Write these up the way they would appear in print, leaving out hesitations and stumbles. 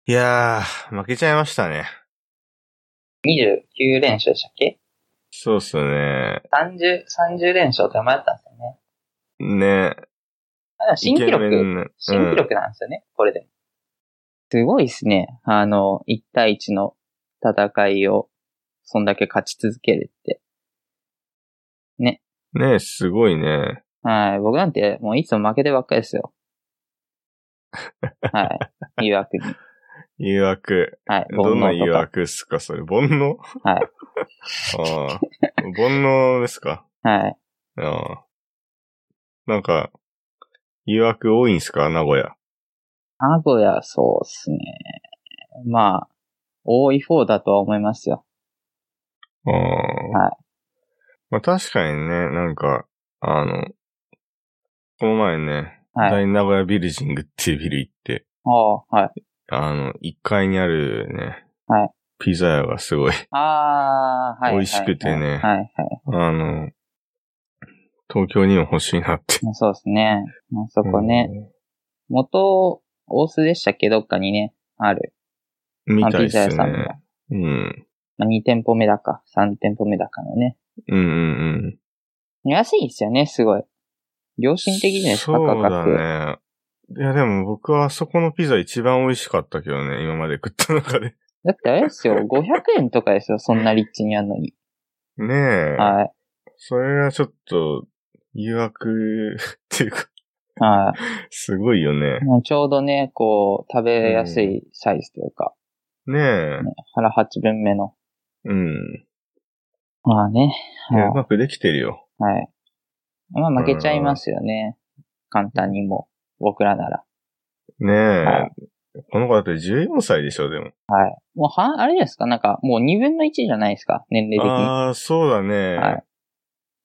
いやー、負けちゃいましたね。 29連勝でしたっけ？ そうっすね。 30連勝って名前だったんですよね。 ね。 新記録、 イケメン新記録なんですよね、これで。すごいですね。1対1の戦いを、そんだけ勝ち続けるって。ね。 ね、すごいね。 はい。僕なんて、もういつも負けてばっかりですよ。はい。誘惑に。 誘惑。 はい。 どんな誘煩悩とか。 惑っすか、それ。煩悩はい。 ああ。煩悩ですか。 はい。 ああ。なんか、誘惑多いんすか、名古屋。 名古屋、そうっすね。まあ、多い方だとは思いますよ。 ああ。 はい。 まあ確かにね、なんか、この前ね、 はい。 大名古屋ビルジングっていうビル行って、 はい。 1階にあるね、 はい。 ピザ屋がすごいはい。 美味しくてね、 はい。はい。 東京にも欲しいなって。 そうですね。そこね。元、大須でしたっけ？どっかにね、ある。 みたいっピザ屋すさんが。 ね。 2店舗目だか、3店舗目だかのね。安いですよね、すごい。良心的じゃないですか、価格。 そうだね。いやでも僕はあそこのピザ一番美味しかったけどね、今まで食った中で。 だってあれですよ、500円とかですよ、そんなリッチにやるのに。 ねえ。 はい。 それがちょっと、誘惑っていうか、 はい。 すごいよね。 ちょうどね、こう、食べやすいサイズというか。 ねえ。 ね、腹8分目の。 うん。 まあね。 いや、うまくできてるよ。 はい。まあ負けちゃいますよね。簡単にも。僕らなら。 ねえ。 はい。 この子だって14歳でしょ、でも。 はい。もうあれですかなんか、もう2分の1じゃないですか年齢的に。 ああ、そうだね。 はい。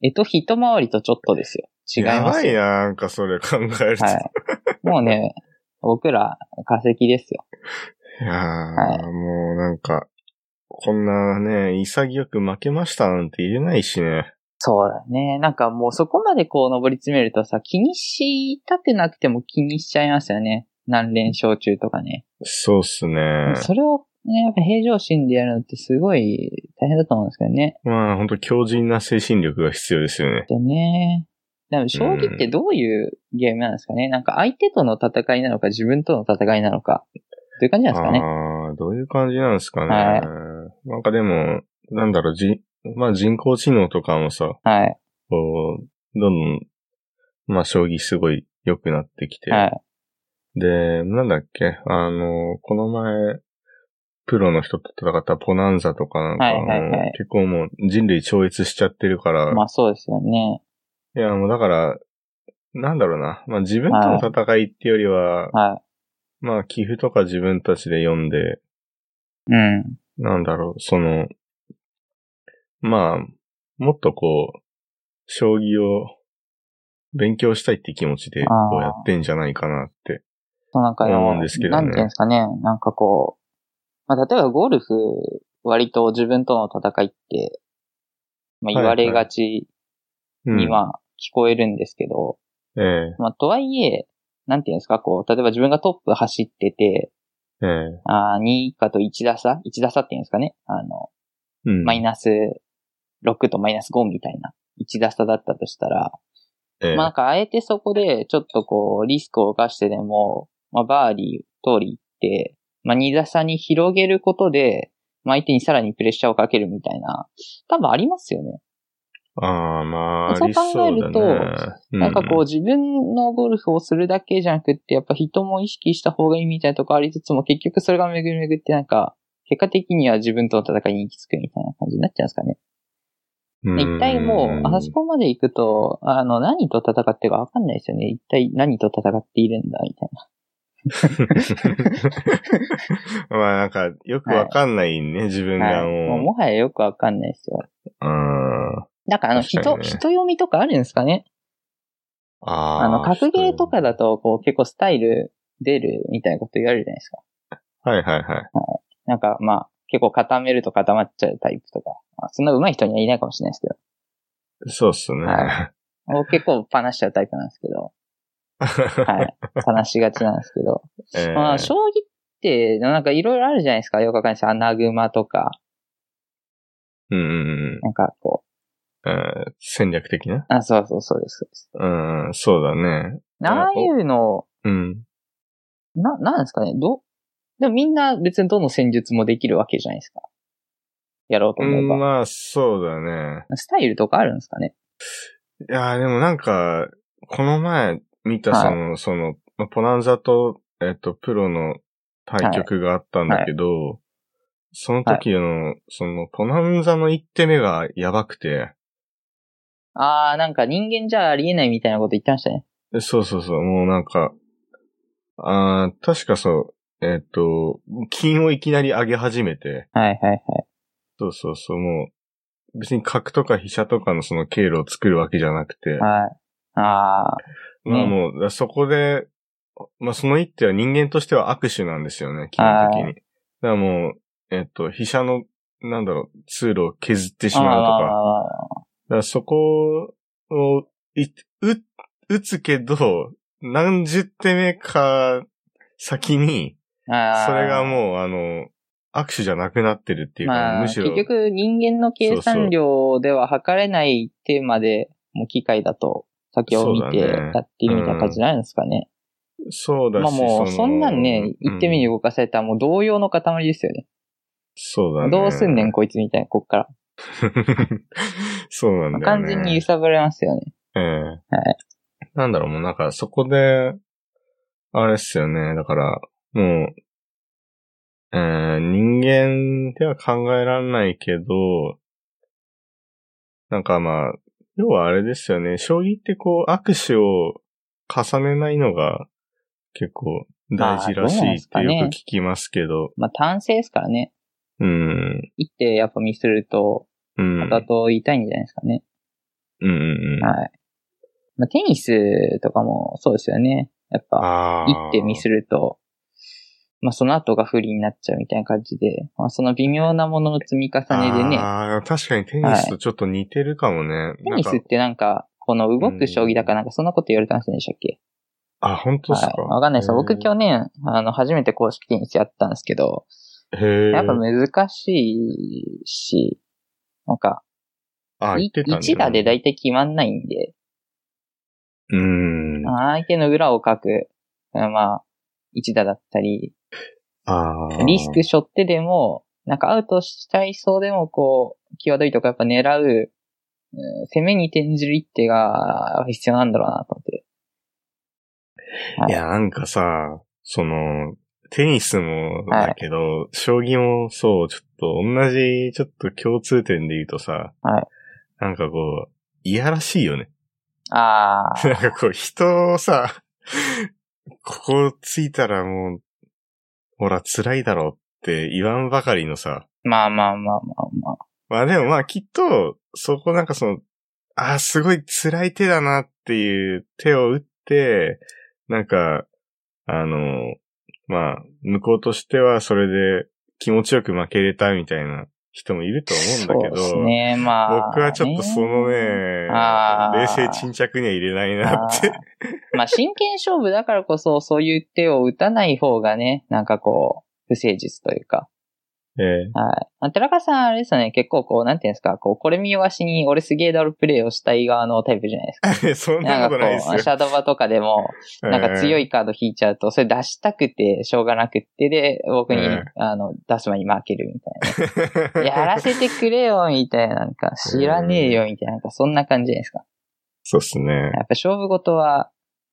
一回りとちょっとですよ。違いますよ。 やばいな、なんかそれ考えると。 はい。もうね、僕ら化石ですよ。 いやー、 はいもうなんか、こんなね、潔く負けましたなんて言えないしね。 そうだね。なんかもうそこまでこう登り詰めるとさ、気にしたくなくても気にしちゃいますよね。何連勝中とかね。 そうっすね。 それをね、やっぱ平常心でやるのってすごい大変だと思うんですけどね。 まあ、ほんと強靭な精神力が必要ですよね。 でね。でも将棋ってどういうゲームなんですかね。なんか相手との戦いなのか自分との戦いなのか。という感じなんですかね。 ああ、どういう感じなんですかね。 はいなんかでも、なんだろう、まあ人工知能とかもさ、 はい。 こう、どんどん、まあ将棋すごい良くなってきて。 はい。 で、なんだっけ、この前、プロの人と戦ったポナンザとかなんかはい。 結構もう人類超越しちゃってるから。 まあそうですよね。 いや、もうだから、なんだろうな。まあ自分との戦いってよりは、 はい。 まあ寄付とか自分たちで読んで、 うん。 なんだろう、まあ、もっとこう、将棋を勉強したいって気持ちでこうやってんじゃないかなってそうなんか思うんですけどね。 なんていうんですかね。なんかこう、まあ例えばゴルフ、割と自分との戦いって、まあ言われがちにまあ聞こえるんですけど、まあとはいえ、なんていうんですか、こう、例えば自分がトップ走ってて、2以下と1打差 ?1 打差っていうんですかね。マイナス6とマイナス5みたいな1打差だったとしたら、まあなんかあえてそこでちょっとこうリスクを冒してでも、まあバーディー通り行って、まあ2打差に広げることで、まあ相手にさらにプレッシャーをかけるみたいな、多分ありますよね。 ああ、まあ、 そう考えると、なんかこう自分のゴルフをするだけじゃなくって、やっぱ人も意識した方がいいみたいなとこありつつも、結局それが巡り巡ってなんか、結果的には自分との戦いに行き着くみたいな感じになっちゃうんですかね。一体もう、あそこまで行くと、何と戦ってるかわかんないですよね。一体何と戦っているんだ、みたいな。 まあなんか、よくわかんないね、自分がもはやよくわかんないですよ。なんか人読みとかあるんですかね。格ゲーとかだと、こう結構スタイル出るみたいなこと言われるじゃないですか。 はい。 なんかまあ、結構固めると固まっちゃうタイプとか。まあ、そんな上手い人にはいないかもしれないですけど。 そうっすね。 僕結構パナしちゃうタイプなんですけど。はい。パナしがちなんですけど。まあ、将棋っ手、なんかいろいろあるじゃないですか。よくわかんないです。アナグマとか。 うん。 なんかこう、戦略的な？ そうそうです。 そうだね。 ああいうの、 うん。 なんですかね。でもみんな別にどの戦術もできるわけじゃないですか。やろうと思えば。 まあ、そうだね。 スタイルとかあるんですかね。 いやー、でもなんか、この前見たポナンザと、プロの対局があったんだけど、その時の、ポナンザの一手目がやばくて。 なんか人間じゃありえないみたいなこと言ってましたね。 そう、もうなんか、確かそう、金をいきなり上げ始めて。 はい。 そう、もう、別に角とか飛車とかのその経路を作るわけじゃなくて。 はい。 まあもう、そこで、まあその一手は人間としては握手なんですよね、基本的に。だからもう、飛車の、通路を削ってしまうとか。だからそこを、打つけど、何十手目か先に、それがもう、握手じゃなくなってるっていうか、むしろ。 結局人間の計算量では測れないテーマで、もう機械だと先を見てやってるみたいな感じなんですかね。 そうだし。 まあもう、そんなんね、一手目に動かされたらもう動揺の塊ですよね。 そうだね。 どうすんねんこいつみたいな、こっから。 そうなんだよね。 完全に揺さぶれますよね。 はい。もうなんかそこで、あれっすよね。だから、もう、人間では考えられないけど、なんかまあ、要はあれですよね。将棋ってこう、握手を重ねないのが結構大事らしいってよく聞きますけど。 まあ、単性ですからね。一手やっぱミスると、後々痛いんじゃないですかね。はい。まあ、テニスとかもそうですよね。やっぱ、一手ミスると、まあ、その後が不利になっちゃうみたいな感じで、まあ、その微妙なものの積み重ねでね。 確かにテニスとちょっと似てるかもね。 テニスってなんか、この動く将棋だからなんかそんなこと言われてませんでしたっけ？ 本当ですか？ わかんないです。僕去年、初めて公式テニスやったんですけど、やっぱ難しいし、なんか、一打でだいたい決まんないんで、相手の裏をかく、まあ、一打だったり、リスク背負ってでも、なんかアウトしちゃいそうでも、こう、際どいとこやっぱ狙う、攻めに転じる一手が必要なんだろうなと思って。 いや、なんかさ、テニスもだけど、将棋もそう、ちょっと同じ、ちょっと共通点で言うとさ、なんかこう、いやらしいよね。なんかこう、人をさ、ここついたらもう、ほら辛いだろって言わんばかりのさ。 まあ。 まあでもまあきっと、そこなんかすごい辛い手だなっていう手を打って、なんか、まあ、向こうとしてはそれで気持ちよく負けれたみたいな人もいると思うんだけど、 そうですね、まあ、 僕はちょっとそのね、冷静沈着には入れないなって。 まあ真剣勝負だからこそそういう手を打たない方がね、なんかこう、不誠実というか。はい。寺川さんあれですよね、結構こう、なんていうんですか、こう、これ見よがしに俺すげえダルプレイをしたい側のタイプじゃないですか。 そんなことないですよ。 なんかこう、シャドバとかでも、なんか強いカード引いちゃうと、それ出したくてしょうがなくってで、僕に、出す前に負けるみたいな。やらせてくれよ、みたいな、なんか、知らねえよ、みたいな、なんかそんな感じじゃないですか。 そうっすね。 やっぱ勝負事は、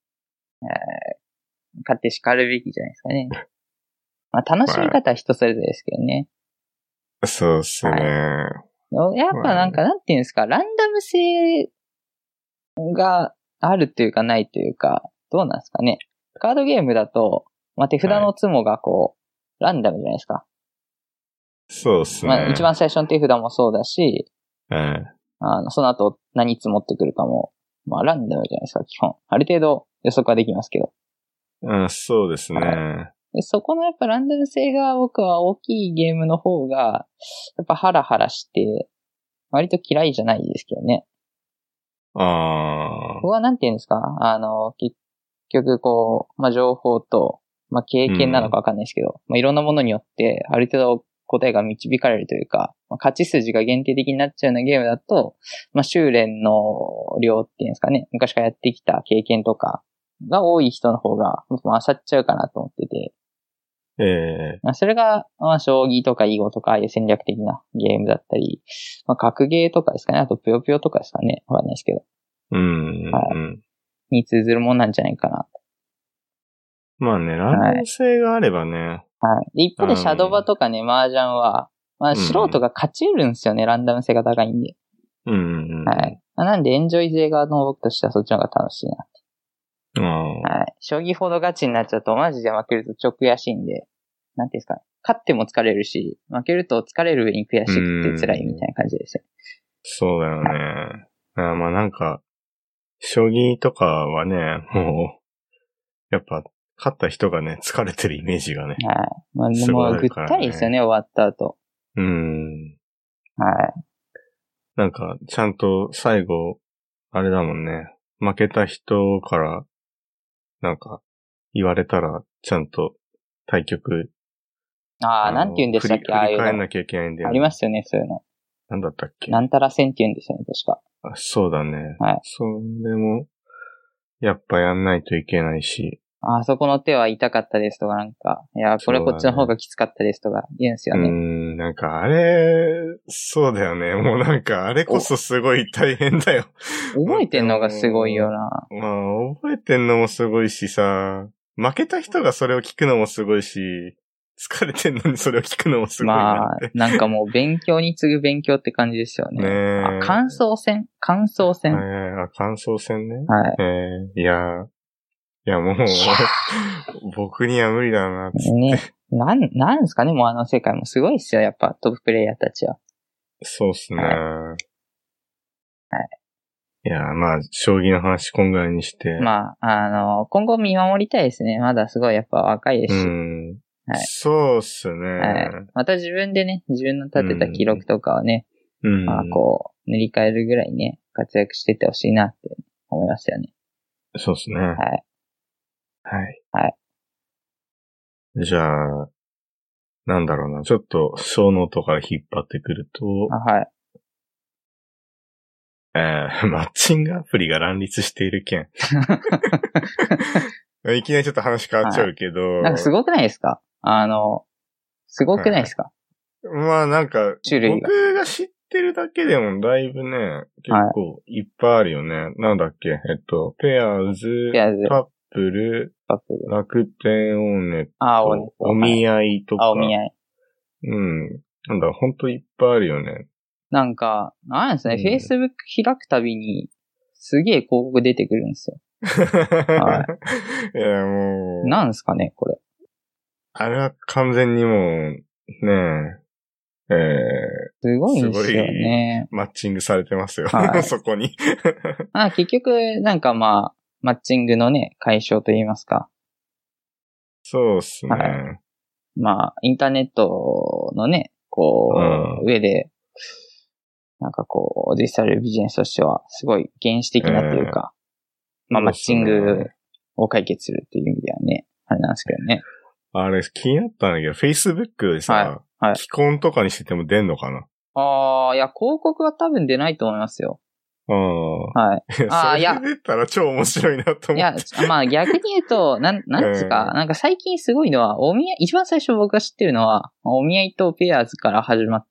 勝って叱るべきじゃないですかね。まあ楽しみ方は人それぞれですけどね。 そうっすね。 やっぱなんか、なんていうんですか、ランダム性があるというかないというか、どうなんですかね。カードゲームだと、まあ、手札のツモがこう、ランダムじゃないですか。 そうっすね。 まあ、一番最初の手札もそうだし、その後何積もってくるかも、まあ、ランダムじゃないですか、基本。ある程度予測はできますけど。 そうですね。 でそこのやっぱランダム性が僕は大きいゲームの方が、やっぱハラハラして、割と嫌いじゃないですけどね。ここはなんて言うんですか結局こう、まあ、情報と、 まあ経験なのかわかんないですけど、まあいろんなものによって、ある程度答えが導かれるというか、まあ、勝ち筋が限定的になっちゃうようなゲームだと、まあ修練の量っていうんですかね、昔からやってきた経験とかが多い人の方が、まあ勝っちゃうかなと思ってて、まあそれが、まあ将棋とか囲碁とかああいう戦略的なゲームだったり、まあ格ゲーとかですかね、あとぷよぷよとかですかね、わかんないですけど。はい。に通ずるもんなんじゃないかな。 まあね、ランダム性があればね。 はい。で一方でシャドバとかね、麻雀は、まあ素人が勝ち得るんですよね、ランダム性が高いんで。はい。なんでエンジョイ勢側の僕としてはそっちの方が楽しいなって。はい。将棋ほどガチになっちゃうとマジで負けると超悔しいんで、なんていうんですかね。勝っても疲れるし、負けると疲れる上に悔しくて辛いみたいな感じですよ。 そうだよね。はい、まあなんか、将棋とかはね、もう、やっぱ、勝った人がね、疲れてるイメージがね。 はい。まあでも、ぐったりですよね、終わった後。はい。 なんか、ちゃんと最後、あれだもんね。負けた人から、なんか、言われたら、ちゃんと対局。 なんて言うんでしたっけ、ああいうの。 振り返んなきゃいけないんだよね。 ありますよね、そういうの。 なんだったっけ。 なんたら戦って言うんですよね、確か。 そうだね。 はい。 それも、やっぱやんないといけないし。 そこの手は痛かったですとかなんか、いや、これこっちの方がきつかったですとか言うんですよね。 なんかあれ、そうだよね。もうなんかあれこそすごい大変だよ。 覚えてんのがすごいよな。 まあ、覚えてんのもすごいしさ、負けた人がそれを聞くのもすごいし、疲れてんのにそれを聞くのもすごいなって。 まあ、なんかもう勉強に次ぐ勉強って感じですよね。 ねえ。 感想戦。感想戦。 感想戦ね。 はい。 いやもう、僕には無理だな、つって。 ね。なんですかね、もうあの世界もすごいっすよ、やっぱトッププレイヤーたちは。 そうっすね。 はい。 いや、まあ、将棋の話こんぐらいにして。 まあ、今後見守りたいですね。まだすごいやっぱ若いですし。 はい。そうっすね。 はい。また自分でね、自分の立てた記録とかをね、まあこう、塗り替えるぐらいね、活躍してってほしいなって思いましたよね。 そうっすね。 はい。 はい。 はい。 じゃあ、なんだろうな。ちょっと、小ノートから引っ張ってくると、 はい。 マッチングアプリが乱立している件。いきなりちょっと話変わっちゃうけど。 なんかすごくないですか？すごくないですか？ まあなんか、僕が知ってるだけでもだいぶね、結構いっぱいあるよね。なんだっけペアーズ、カップル、楽天オーネット、お見合いとか。 お見合い。 なんだ、ほんといっぱいあるよね。 なんか、なんですね、Facebook 開くたびに、すげえ広告出てくるんですよ。はい。 いや、もう。 なんですかね、これ。 あれは完全にもう、ねすごいんですよね。 マッチングされてますよ。 はい、 そこに。 結局、なんかまあ、マッチングのね、解消と言いますか。 そうっすね。はい、 まあ、インターネットのね、こう、上で、なんかこう、実際ビジネスとしては、すごい原始的なというか、まあ、マッチングを解決するっていう意味ではね、あれなんですけどね。 あれ、気になったんだけど、Facebook でさ、既婚とかにしてても出んのかな？ いや、広告は多分出ないと思いますよ。はい。 それ出たら超面白いなと思って。 いや、まあ逆に言うと、なんですか、なんか最近すごいのは、一番最初僕が知ってるのは、お見合いとペアーズから始まって、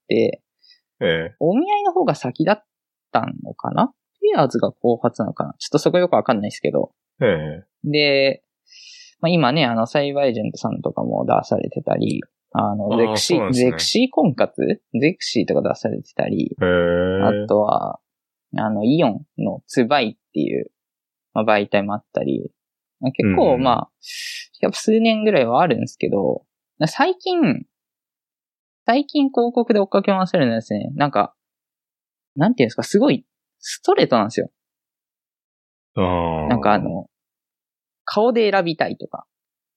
お見合いの方が先だったのかな？ペアーズが後発なのかな？ちょっとそこよくわかんないですけど。で、まあ今ね、サイバーエージェントさんとかも出されてたり、ゼクシー婚活ゼクシーとか出されてたり、あとは、イオンのツバイっていう、まあ、媒体もあったり、結構、まあ、やっぱ数年ぐらいはあるんですけど、最近広告で追っかけ回せるのはですね、なんか、なんていうんですか、すごいストレートなんですよ。なんか顔で選びたいとか。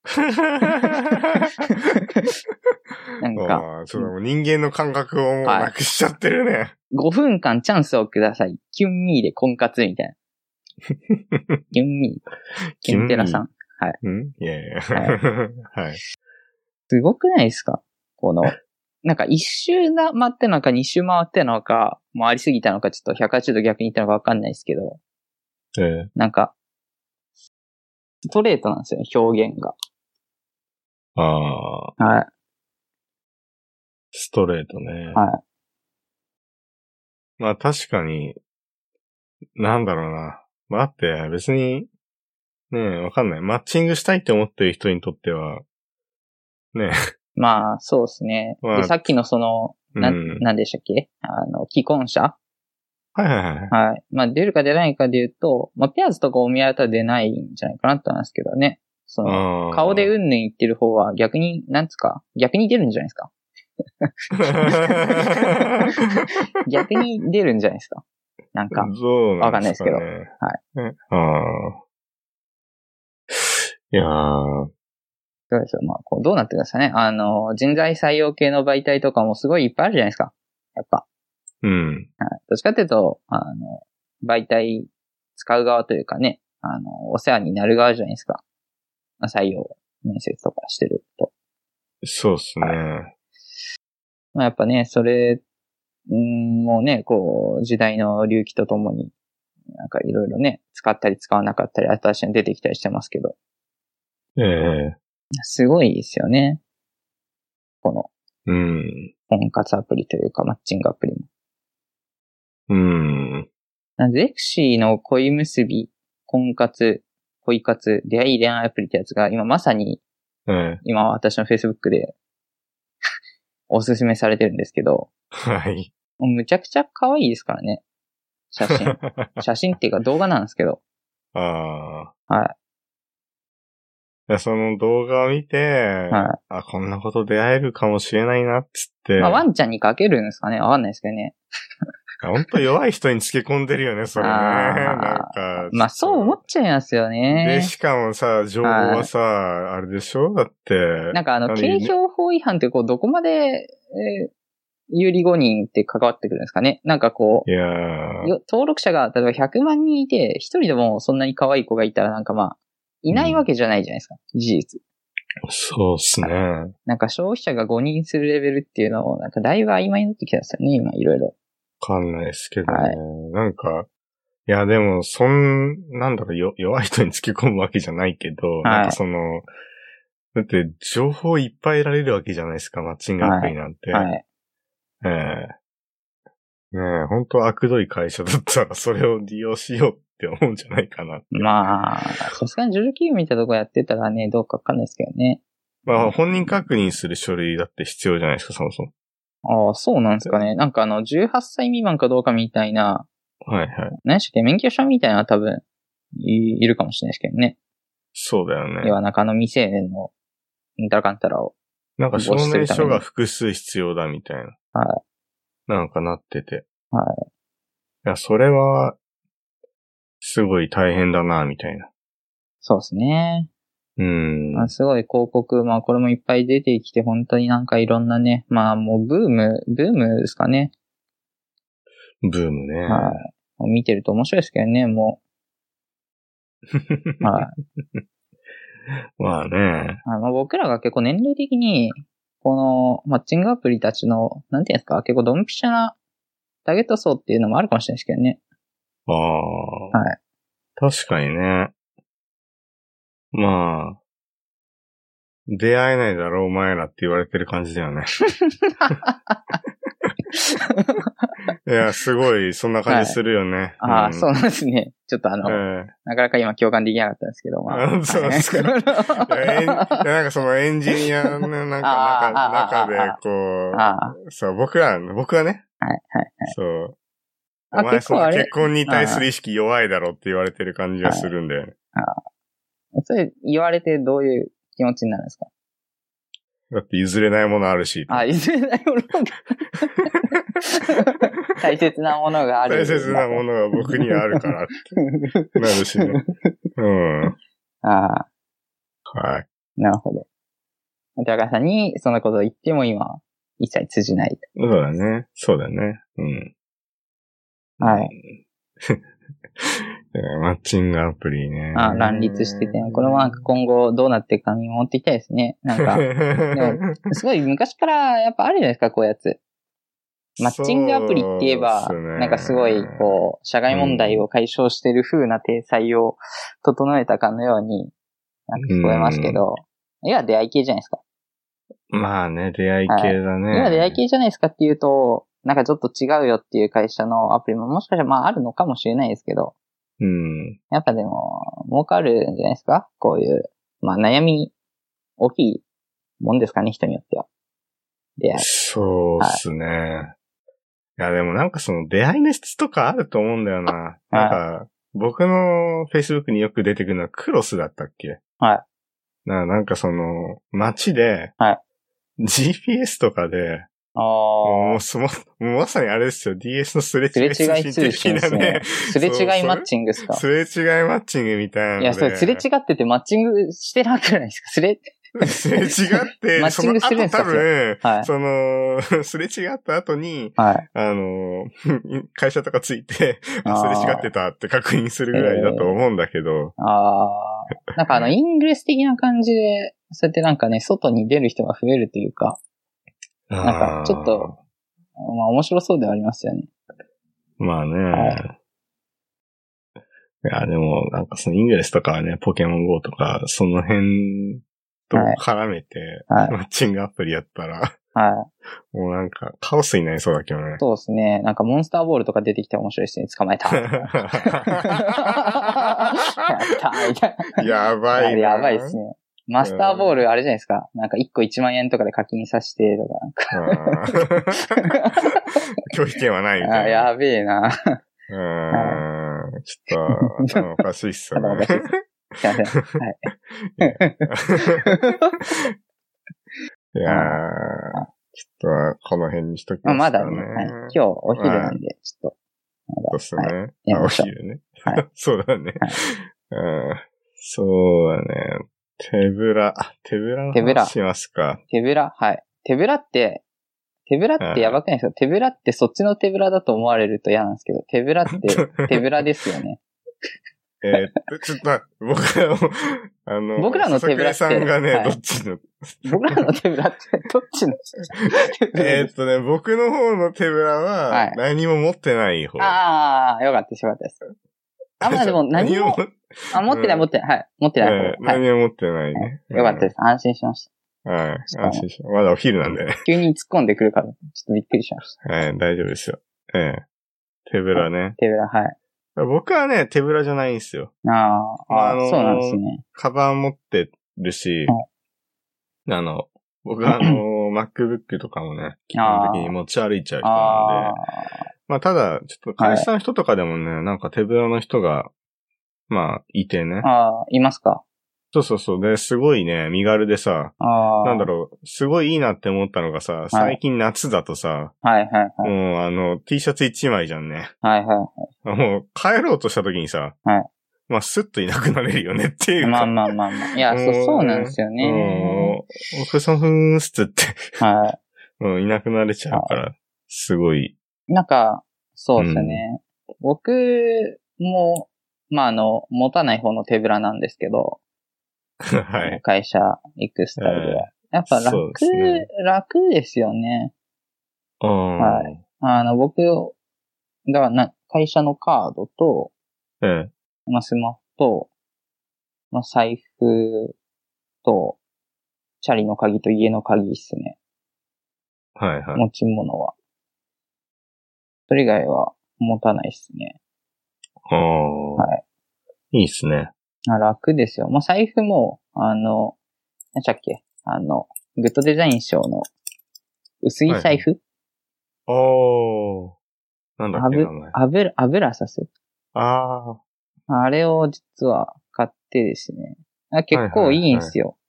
なんか。 人間の感覚をもうなくしちゃってるね。 5分間チャンスをください。キュンミーで婚活みたいな。キュンミー。キュンテラさん。 はい。 いやいや。はい。 すごくないですか？この、なんか一周回ってのか二周回ってのか、回りすぎたのかちょっと180度逆に言ったのかわかんないですけど、なんか、ストレートなんですよね、表現が。 ああ。 はい。 ストレートね。 はい。 まあ確かに、なんだろうな。待って、別に、ねえ、わかんない。マッチングしたいって思ってる人にとっては、ねえ。 まあ、そうですね。 まあ、 で、さっきのその、なんでしたっけ？既婚者？ はいはいはい。 はい。まあ、出るか出ないかで言うと、まあ、ペアーズとかお見合いだったら出ないんじゃないかなと思いますけどね。その、顔でうんぬん言ってる方は逆に、なんつか、逆に出るんじゃないですか。逆に出るんじゃないですか。なんか、わかんないですけど。はい。 いやー。 そうですよ。まあ、こうどうなってくださいね。人材採用系の媒体とかもすごいいっぱいあるじゃないですか。やっぱ。 うん。 はい。どっちかっていうと、媒体使う側というかね、お世話になる側じゃないですか。採用面接とかしてると。 そうですね。はい、 まあ、やっぱね、それ、もうね、こう、時代の隆起とともに、なんかいろいろね、使ったり使わなかったり、新しいの出てきたりしてますけど。すごいですよね。この、婚活アプリというか、マッチングアプリも。ゼクシーの恋結び、婚活、恋活、出会い恋愛アプリってやつが、今まさに、今私の Facebook でおすすめされてるんですけど、 はい。 もうむちゃくちゃ可愛いですからね。写真。写真っていうか動画なんですけど。 ああ。はい。 その動画を見て、はい、こんなこと出会えるかもしれないなっつって。 まあワンちゃんにかけるんですかね？わかんないですけどね。 ほんと弱い人につけ込んでるよね、それね。なんか。 まあそう思っちゃいますよね。 で、しかもさ、情報はさ、あれでしょ？だって。 なんか景標法違反ってこう、どこまで、有利誤認って関わってくるんですかね。なんかこう、登録者が例えば100万人いて、一人でもそんなに可愛い子がいたらなんかまあ、いないわけじゃないじゃないですか。事実。 そうっすね。 なんか消費者が誤認するレベルっていうのも、なんかだいぶ曖昧になってきたんですよね、今いろいろ。 わかんないですけどね。はい、なんか、いやでも、なんだろう、弱い人につけ込むわけじゃないけど、はい、なんかだって情報いっぱい得られるわけじゃないですか、マッチングアプリなんて。はい。ねえ、本当悪どい会社だったらそれを利用しようって思うんじゃないかなって。 まあ、さすがにジョジョ企業みたいなとこやってたらね、どうかわかんないですけどね。 まあ、本人確認する書類だって必要じゃないですか、そもそも。 ああ、そうなんですかね。なんか18歳未満かどうかみたいな。 はいはい。 何でしたっけ、免許証みたいなのは多分いるかもしれないですけどね。 そうだよね。 要はなんか未成年の、んたらかんたらを。 なんか証明書が複数必要だみたいな。 はい。 なんかなってて。 はい。 いや、それは、すごい大変だな、みたいな。 そうですね。まあ、すごい広告、まあこれもいっぱい出てきて、本当になんかいろんなね、まあもうブームですかね。 ブームね。 はい。見てると面白いですけどね、もう。はい。 まあね。 まあ僕らが結構年齢的に、このマッチングアプリたちの、なんていうんですか、結構ドンピシャなターゲット層っていうのもあるかもしれないですけどね。 ああ。 はい。 確かにね。まあ。出会えないだろ、お前らって言われてる感じだよね。いや、すごい、そんな感じするよね。 はい、ああ、そうなんですね。ちょっとなかなか今共感できなかったんですけど、まあ。 そうですか。なんかそのエンジニアの中で、こう、そう、僕はね。 はい、はい、はい。 そう。お前その結婚に対する意識弱いだろって言われてる感じがするんで。 それ言われてどういう気持ちになるんですか？ だって譲れないものあるし。 譲れないものが大切なものがある。 大切なものが僕にあるからってなるしね。うん。 はい。 なるほど。高橋さんにそんなことを言っても今、一切通じない。 そうだね。そうだね。うん。 はい。 マッチングアプリね。 乱立してて、これもなんか今後どうなっていくか見守っていきたいですね。なんか、でも、すごい昔からやっぱあるじゃないですか、こういうやつ。マッチングアプリって言えば、なんかすごい、こう、社外問題を解消してる風な体裁を整えたかのように、なんか聞こえますけど、要は出会い系じゃないですか。 まあね、出会い系だね。 今出会い系じゃないですかっていうと、なんかちょっと違うよっていう会社のアプリももしかしたらまああるのかもしれないですけど、やっぱでも、儲かるんじゃないですかこういう、まあ悩み、大きいもんですかね、人によっては。出会い。 そうっすね。いやでもなんかその出会いの質とかあると思うんだよな。なんか、僕の Facebook によく出てくるのはクロスだったっけ？ はい。 なんかその、街で、GPS とかで、もうまさにあれですよ、DS のすれ違い通信的なね。 すれ違いマッチングですか？ すれ違いマッチングみたいなので。 いや、それすれ違っててマッチングしてなくないですか？すれ違って、 マッチングするんですか？ 多分、その、すれ違った後に、会社とかついて、すれ違ってたって確認するぐらいだと思うんだけど。 なんかイングレス的な感じで、そうやってなんかね、外に出る人が増えるというか、なんか、ちょっと、まあ面白そうではありますよね。 まあね。いや、でも、なんかそのイングレスとかはね、ポケモン GO とか、その辺と絡めて、マッチングアプリやったら、もうなんか、カオスになりそうだけどね。 そうですね。なんかモンスターボールとか出てきて面白いですね。捕まえた。やったーみたいな。 やばいな。 やばいですね。マスターボールあれじゃないですか。なんか1個1万円とかで課金させてとかなんか。 拒否権はないみたいな。 やべえな。 ちょっと、おかしいっすよね。 おかしいっす。すいません。はい。 いやー、ちょっと、この辺にしときますかね。 まだね、今日お昼なんで、ちょっと。 そうっすね。お昼ね。そうだね。そうだね。手ぶらの話しますか。 手ぶらはい。手ぶらってやばくないですか？手ぶらってそっちの手ぶらだと思われると嫌なんですけど、手ぶらって手ぶらですよね。 ちょっと、 僕らの手ぶらって。 さんがね、どっちの僕らの手ぶらってどっちの僕の方の手ぶらは、何も持ってない方。 よかったです、よかったです。まあでも何も、持ってない。はい。持ってない。 何も持ってないね。 よかったです。安心しました。 はい。安心しました。まだお昼なんでね。 急に突っ込んでくるから、ちょっとびっくりしました。 はい、大丈夫ですよ。手ぶらね。 手ぶら、はい。 僕はね、手ぶらじゃないんですよ。そうなんですね。 カバン持ってるし、僕はMacBook とかもね、基本的に持ち歩いちゃう人なんで、まあただ、ちょっと会社の人とかでもね、なんか手ぶらの人が、まあ、いてね。 いますか？ そう。で、すごいね、身軽でさ、なんだろう、すごいいいなって思ったのがさ、最近夏だとさ、もうT シャツ1枚じゃんね。もう帰ろうとした時にさ、まあ、スッといなくなれるよねっていうか。 まあ。いや、そうなんですよね。 お疲れ様ーすっていなくなれちゃうから、すごい。 なんか、そうですよね。僕も、まあ、持たない方の手ぶらなんですけど、会社行くスタイルは。やっぱ楽ですよね。僕、だから会社のカードと、まあ、スマホと、まあ、財布と、チャリの鍵と家の鍵っすね。持ち物は。それ以外は持たないっすね。 いいっすね。 楽ですよ。まあ、財布も、何だっけグッドデザイン賞の薄い財布、 なんだっけ名前。 アブラサス。 あれを実は買ってですね。結構いいんすよ。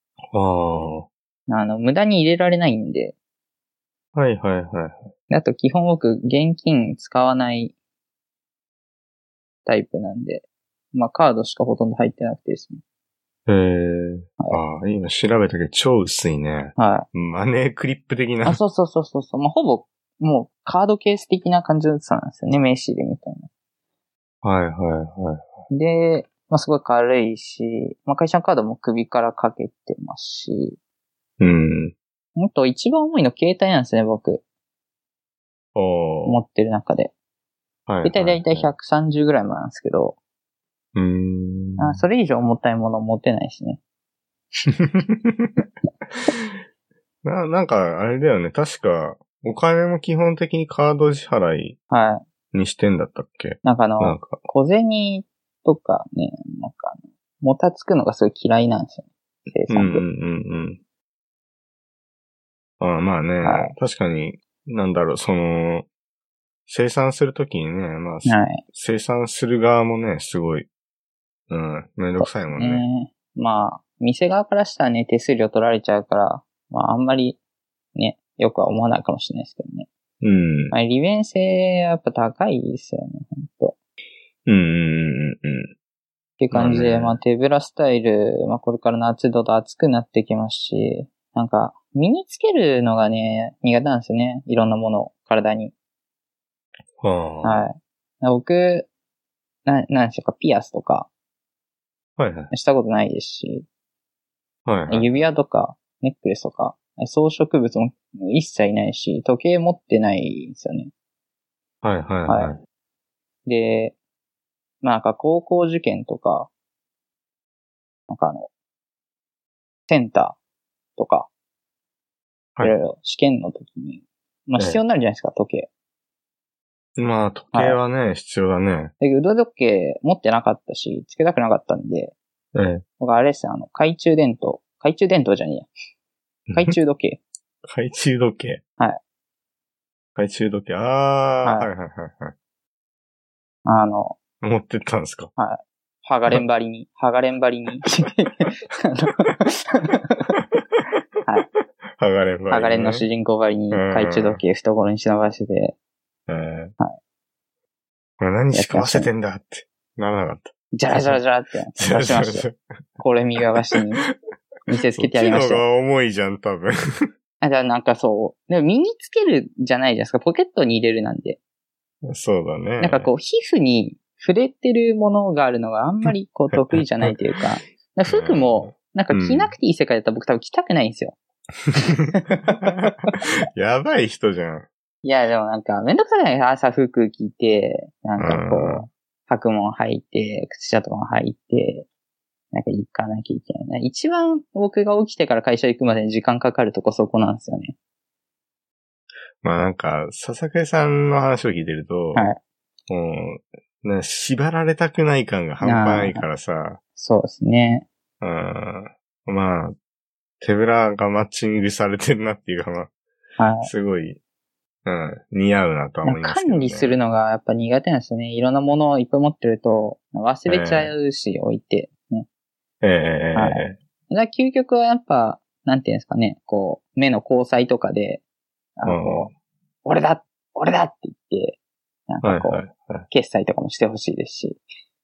無駄に入れられないんで。あと基本僕現金使わないタイプなんで。まあカードしかほとんど入ってなくてですね。 今調べたけど超薄いね。マネークリップ的な。 そう。まあほぼ、もうカードケース的な感じのやつなんですよね。名刺入れみたいな。 はいはいはい。 で、まあすごい軽いし、まあ会社のカードも首からかけてますし、 うん。 ほんと一番重いの携帯なんですね、僕。持おー。 ってる中で。 はいはい、 携帯だいたい130ぐらいなんですけど、それ以上重たいもの持てないしね。 なんか、あれだよね。確か、お金も基本的にカード支払いにしてんだったっけ？ なんか小銭とかね、なんかもたつくのがすごい嫌いなんですよね。生産で。 まあね、 はい、 確かに、なんだろう、生産するときにね、まあ、はい、生産する側もね、すごい、めんどくさいもんね。 まあ、店側からしたらね、手数料取られちゃうから、まあ、あんまり、ね、よくは思わないかもしれないですけどね。まあ、利便性やっぱ高いですよね、ほんと。っていう感じで、まあ、手ぶらスタイル、まあ、これから夏だと暑くなってきますし、なんか、身につけるのがね、苦手なんですよね。いろんなものを、体に。はい。僕、なんでしょうか、ピアスとか、したことないですし、指輪とか、ネックレスとか、装飾物も一切ないし、時計持ってないんですよね。で、まあなんか高校受験とか、なんかセンターとか、いろいろ試験の時に、まあ必要になるじゃないですか、時計。 まあ時計はね、必要だね。 腕時計持ってなかったし、つけたくなかったんで、僕あれですよ、懐中電灯じゃねえや。懐中時計。 懐中時計。 はい。 懐中時計。はいはいはいはい。 持ってったんですか？ はい。ハガレン張りに。はい。 ハガレン張りに、ね。 ハガレンの主人公張りに懐中時計懐に忍ばせて。はい。 何仕組ませてんだってならなかった。 じゃらじゃらじゃらって出しました。これ右側しに見せつけてやりました。 そっちの方が重いじゃん、多分。 じゃあなんかそう。でも身につけるじゃないじゃないですか。ポケットに入れるなんで。 そうだね。 なんかこう、皮膚に触れてるものがあるのがあんまりこう得意じゃないというか。服も、なんか着なくていい世界だったら僕多分着たくないんですよ。 やばい人じゃん。 いや、でもなんかめんどくさくない？朝服着て、なんかこう、履くもん履いて、靴下とかも履いて、なんか行かなきゃいけない。一番僕が起きてから会社行くまでに時間かかるとこそこなんですよね。 まあなんか、笹倉さんの話を聞いてると、もう、縛られたくない感が半端ないからさ。 そうですね。 まあ、手ぶらがマッチングされてるなっていうか、まあ、すごい、似合うなとは思いますけどね。 管理するのがやっぱ苦手なんですよね。いろんなものをいっぱい持ってると、忘れちゃうし、置いて、ね。だ究極はやっぱ、なんていうんですかね、こう、目の交際とかで、俺だって言って、なんかこう、決済とかもしてほしいですし。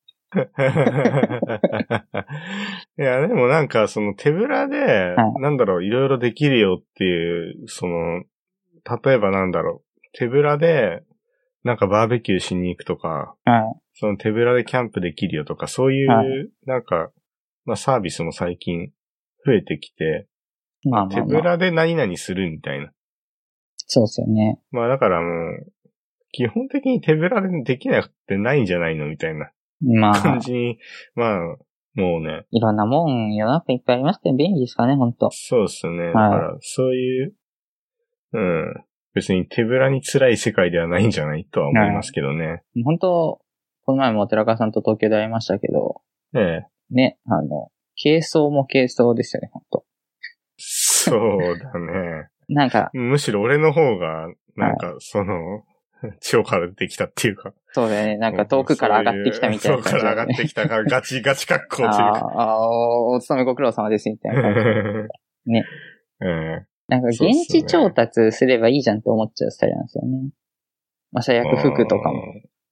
いや、でもなんかその手ぶらで、なんだろう、いろいろできるよっていう、例えばなんだろう、手ぶらで、なんかバーベキューしに行くとか、その手ぶらでキャンプできるよとか、そういう、なんか、まあサービスも最近増えてきて、手ぶらで何々するみたいな。 そうですよね。 まあだからもう、基本的に手ぶらでできなくてないんじゃないのみたいな感じに、まあ、もうね。 いろんなもん世の中いっぱいありますけど便利ですかね、ほんと。 そうですね。だからそういう、別に手ぶらに辛い世界ではないんじゃないとは思いますけどね。 本当この前も寺川さんと東京で会いましたけど、ね、軽装も軽装ですよね、ほんと。 そうだね。 なんか、 むしろ俺の方が、なんか、地方から出てきたっていうか。 そうだよね。なんか遠くから上がってきたみたいな感じ、 遠くから上がってきたからガチ格好というか。 お勤めご苦労様ですみたいな感じ。ね。なんか現地調達すればいいじゃんって思っちゃうスタイルなんですよね。まあ最悪服とかも。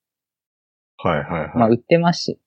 まあ売ってますし。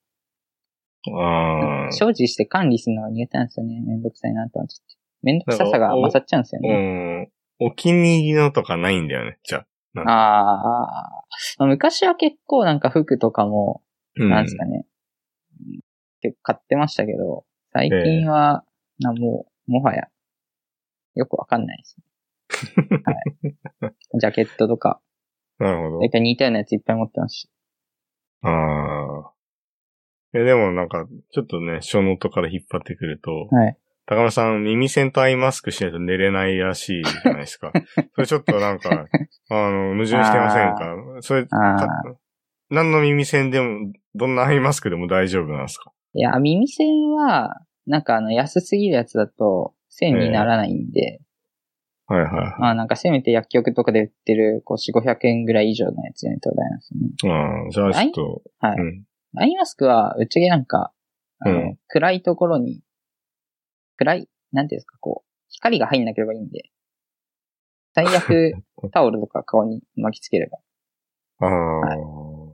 所持して管理するのが苦手なんですよね。めんどくさいなと思っちゃって。めんどくささが勝っちゃうんですよね。 お気に入りのとかないんだよね、じゃあ。 昔は結構なんか服とかも、 なんですかね。結構買ってましたけど、最近は、もはや、よくわかんないですね。はい。ジャケットとか。 なるほど。 だいたい似たようなやついっぱい持ってますし。 ああ。でもなんか、ちょっとね、小ノートから引っ張ってくると、 はい。 高村さん、耳栓とアイマスクしないと寝れないらしいじゃないですか。それちょっとなんか、矛盾してませんか？それ、何の耳栓でも、どんなアイマスクでも大丈夫なんですか？ いや、耳栓は、なんか安すぎるやつだと、線にならないんで、 はいはいはい。 なんかせめて薬局とかで売ってる、4、500円ぐらい以上のやつじゃないとダメなんですよね。 じゃあちょっと、 はい。アイマスクは、うちげなんか、暗いところに、なんていうんですか、光が入んなければいいんで、最悪、タオルとか顔に巻きつければ。はい、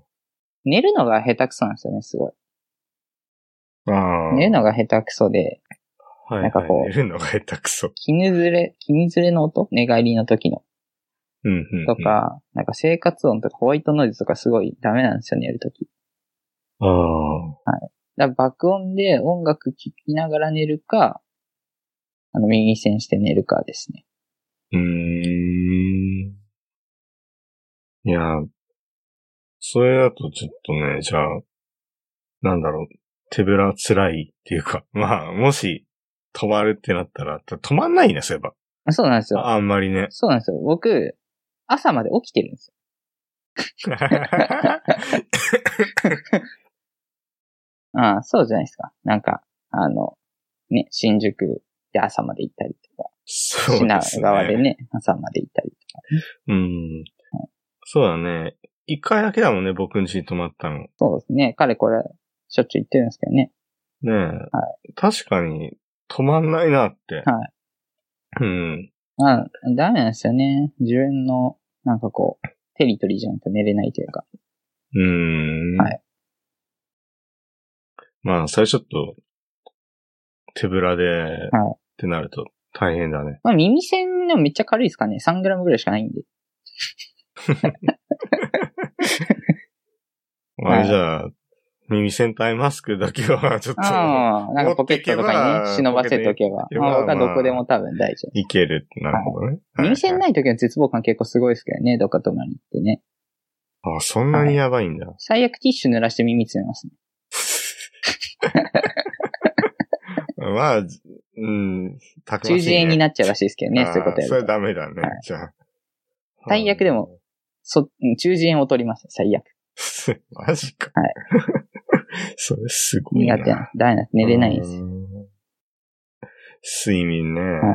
寝るのが下手くそなんですよね、すごい。寝るのが下手くそで、なんか寝るのが下手くそ。 気ぬずれの音？寝返りの時の。とか、なんか生活音とかホワイトノイズとかすごいダメなんですよね、寝る時。はい。だから爆音で音楽聴きながら寝るか、耳栓して寝るかですね。 いや、それだとちょっとね、じゃあ、なんだろう、手ぶら辛いっていうか、まあ、もし、止まるってなったら、止まんないね、そういえば。 そうなんですよ。 あんまりね。 そうなんですよ。僕、朝まで起きてるんですよ。そうじゃないですか。なんか、ね、新宿で朝まで行ったりとか。 そうですね。 品川でね、朝まで行ったりとか、 ね。そうだね。一回だけだもんね、僕ん家に泊まったの。 そうですね。彼これ、しょっちゅう行ってるんですけどね。 ねえ。はい。確かに、止まんないなって。 はい。ダメなんですよね。自分の、なんかテリトリーじゃないと寝れないというか。はい。 まあ、それちょっと、手ぶらで、ってなると大変だね。 まあ、耳栓でもめっちゃ軽いですかね。3グラムぐらいしかないんで。 じゃあ、耳栓とアイマスクだけはちょっと。 なんかポケットとかにね、忍ばせとけば。僕はどこでも多分大丈夫。 いける。なるほどね。 耳栓ない時の絶望感結構すごいですけどね、どっか泊まりに行ってね。 そんなにやばいんだ。 最悪ティッシュ濡らして耳詰めますね。 まあ、 中耳炎になっちゃうらしいですけどね、そういうことやると。 それダメだね、じゃあ。 最悪でも、中耳炎を取ります、最悪。 マジか。 はい。 それすごいな。 苦手な。ダメな。寝れないです。 睡眠ね。 はい。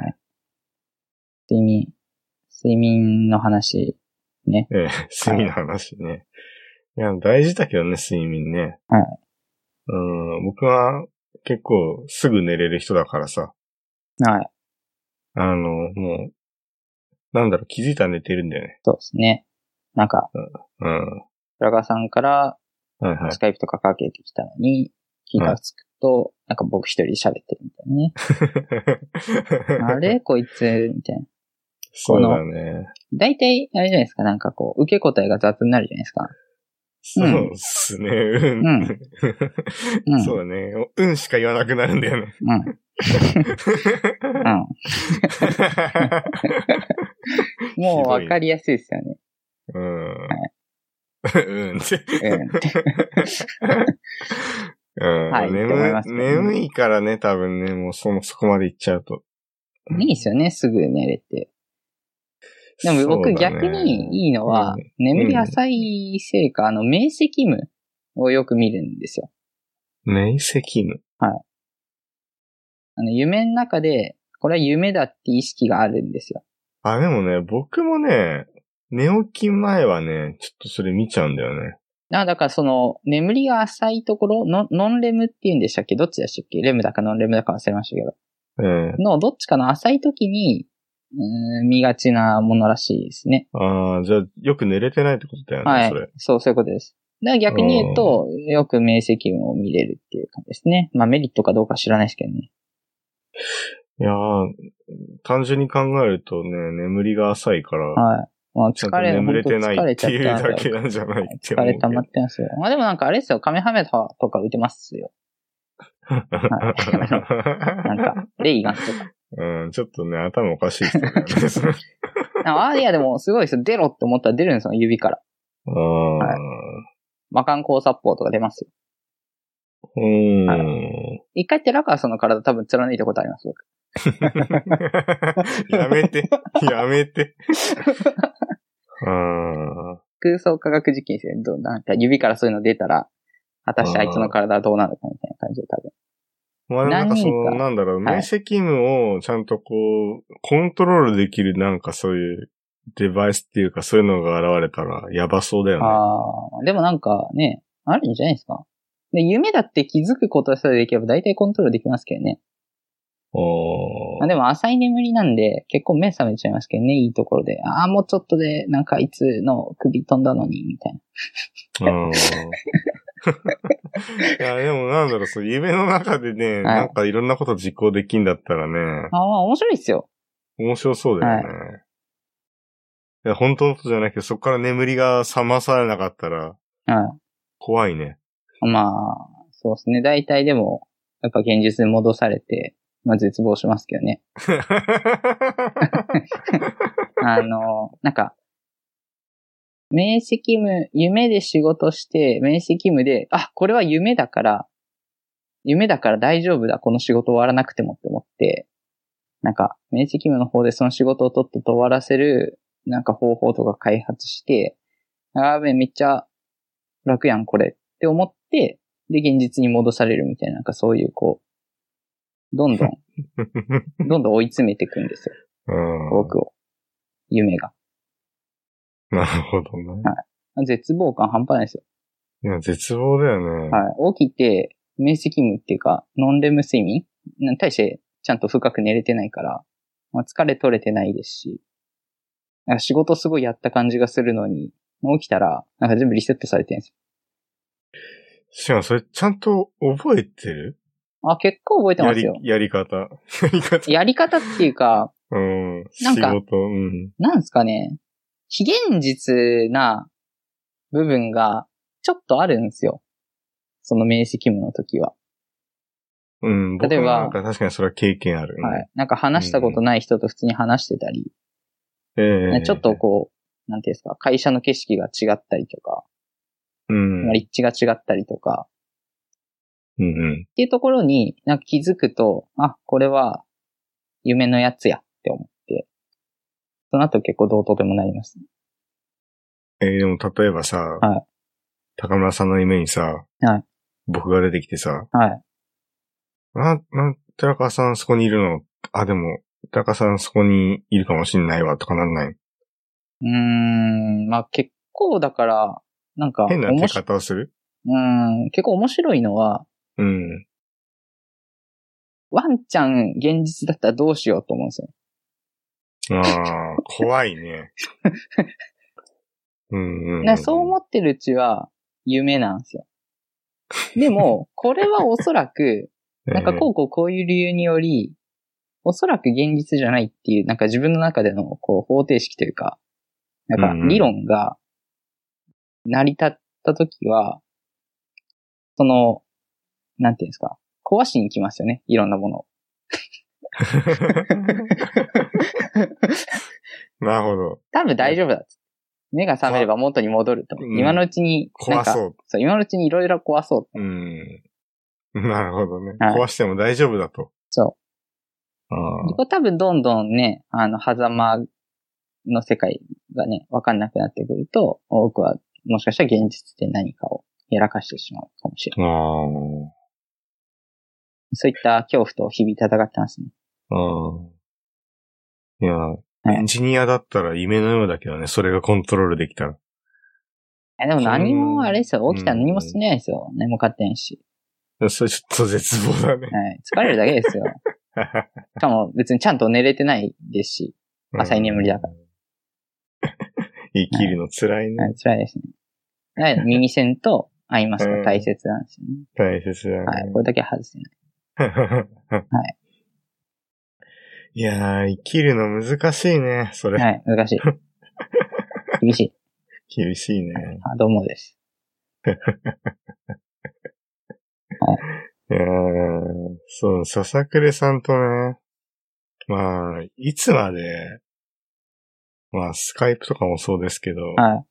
睡眠の話、ね。 睡眠の話ね。いや、大事だけどね、睡眠ね。 はい。 僕は結構すぐ寝れる人だからさ。 はい。 もう、なんだろう、気づいたら寝てるんだよね。 そうですね。なんか、浦川さんから、スカイプとかかけてきたのに、気がつくと、なんか僕一人で喋ってるみたいなね。あれこいつ、みたいな。 そうだね。 大体、あれじゃないですか、なんか受け答えが雑になるじゃないですか。 そうっすね。そうだね。しか言わなくなるんだよね。 もうわかりやすいですよね。 はい。眠いからね、多分ね、もうそこまで行っちゃうと。 いいですよね、すぐ寝れて。でも僕逆にいいのは、眠り浅いせいか、明晰夢をよく見るんですよ。 明晰夢？ はい。夢の中で、これは夢だって意識があるんですよ。 でもね、僕もね、寝起き前はね、ちょっとそれ見ちゃうんだよね。 だから眠りが浅いところ、ノンレムって言うんでしたっけ？どっちでしたっけ？レムだかノンレムだか忘れましたけど。どっちかの浅い時に、見がちなものらしいですね。 じゃあ、よく寝れてないってことだよね、 はい。そういうことです。だから逆に言うと、よく明晰夢を見れるっていう感じですね。まあメリットかどうか知らないですけどね。 いやー、単純に考えるとね、眠りが浅いから、 まあちゃんと眠れてないっていうだけなんじゃないって思う。 疲れ溜まってますよ。まあでもなんかあれですよ、カメハメハとか打てますよ。はい、なんか、レイガンとか。 うん、ちょっとね、頭おかしい人だよね。 いやでもすごいですよ。出ろって思ったら出るんですよ、指から。はい、魔漢光殺法とか出ますよ。はい、一回寺川さんの体多分貫いたことあります、僕。 やめて。 空想科学実験ですよ。なんか指からそういうの出たら、果たしてあいつの体はどうなるかみたいな感じで多分。 まあなんかなんだろう、明晰夢をちゃんとこう、コントロールできるなんかそういうデバイスっていうかそういうのが現れたらやばそうだよね。 でもなんかね、あるんじゃないですか。で、夢だって気づくことさえできれば大体コントロールできますけどね。でも浅い眠りなんで結構目覚めちゃいますけどね、いいところで。もうちょっとでなんかあいつの首飛んだのに、みたいな。 いや、でもなんだろう、そう夢の中でね、なんかいろんなこと実行できんだったらね。 面白いっすよ。 面白そうだよね。いや、本当のことじゃないけど、そこから眠りが覚まされなかったら、怖いね。 まあ、そうですね。大体でも、やっぱ現実に戻されて、まあ絶望しますけどね。なんか、明晰夢で仕事して、明晰夢で、これは夢だから大丈夫だ、この仕事終わらなくてもって思って、なんか、明晰夢の方でその仕事をとっとと終わらせる、なんか方法とか開発して、めっちゃ楽やん、これって思って、で、現実に戻されるみたいな、なんかそういうこう、どんどん追い詰めていくんですよ。僕を。夢が。 なるほどね。 はい。絶望感半端ないですよ。 いや、絶望だよね。 はい。起きて、明晰夢っていうか、ノンレム睡眠に対してちゃんと深く寝れてないから、疲れ取れてないですし、なんか仕事すごいやった感じがするのに、起きたら、なんか全部リセットされてるんですよ。 しかもそれちゃんと覚えてる？ 結構覚えてますよ。 やり方。 やり方っていうか、なんか、 仕事、 なんですかね。非現実な部分がちょっとあるんですよ。その明晰夢の時は。 例えば、なんか確かにそれは経験ある、 はい。なんか話したことない人と普通に話してたり、ちょっとこう、なんていうんですか、会社の景色が違ったりとか、立地が違ったりとか、っていうところになんか気づくと、これは夢のやつやって思って、その後結構どうとでもなりますね。 でも例えばさ、高村さんの夢にさ、僕が出てきてさ、寺川さんそこにいるの？でも、寺川さんそこにいるかもしんないわとかなんない？ まあ結構だから、なんか。 変な手方をする？ 結構面白いのは、ワンチャン現実だったらどうしようと思うんですよ。 怖いね。 そう思ってるうちは夢なんですよ。でも、これはおそらく、なんかこういう理由により、おそらく現実じゃないっていう、なんか自分の中でのこう方程式というか、なんか理論が成り立ったときは、その、なんていうんですか、壊しに来ますよね、いろんなものを。 なるほど。 多分大丈夫だっつって。目が覚めれば元に戻ると。今のうちに、 壊そう。 そう、今のうちにいろいろ壊そうと。 なるほどね。壊しても大丈夫だと。 そう。これ多分どんどんね、狭間の世界がね、わかんなくなってくると、僕はもしかしたら現実で何かをやらかしてしまうかもしれない。そういった恐怖と日々戦ってますね。 いや、エンジニアだったら夢のようだけどね、それがコントロールできたら。 でも何もあれですよ、起きたら何もしてないですよ。何も買ってんし。 それちょっと絶望だね。 疲れるだけですよ。しかも別にちゃんと寝れてないですし、浅い眠りだから。 生きるの辛いね。 辛いですね。耳栓とアイマスクが大切なんですよね。 大切だね。 これだけは外せない。 いやー、生きるの難しいね、それ。 難しい。 厳しい。 厳しいね。 あ、どうもです。 そう、笹暮さんとね、まあ、いつまで、まあ、スカイプとかもそうですけど、 はい。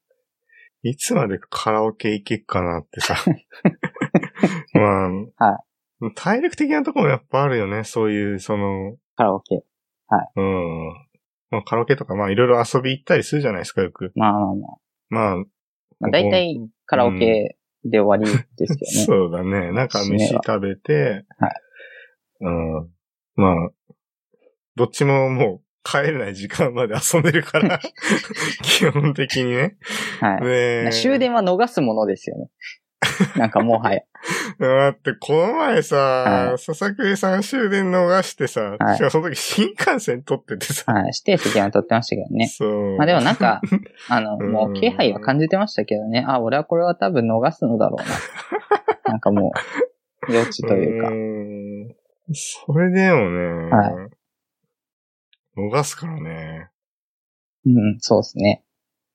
いつまでカラオケ行けっかなってさ。まあ、 はい。 体力的なところもやっぱあるよね、そういう、 カラオケ。はい。 うん。まあ、カラオケとか、まあ、いろいろ遊び行ったりするじゃないですか、よく。 まあまあまあ。 まあ、 まあ、大体カラオケで終わりですけどね。 そうだね。なんか飯食べて、 はい。 うん。まあ、どっちももう帰れない時間まで遊んでるから、基本的にね。 はい。 で、 終電は逃すものですよね。なんかもはや。 だって、この前さ、 はい、 笹久さん終電逃してさ、 はい、 しかもその時新幹線撮っててさ。 はい。指定席は取ってましたけどね。 そう。 まあでもなんか、もう気配は感じてましたけどね。あ、俺はこれは多分逃すのだろうな。なんかもう、幼稚というか。 それでもね、 はい。 逃すからね。 うん、そうですね。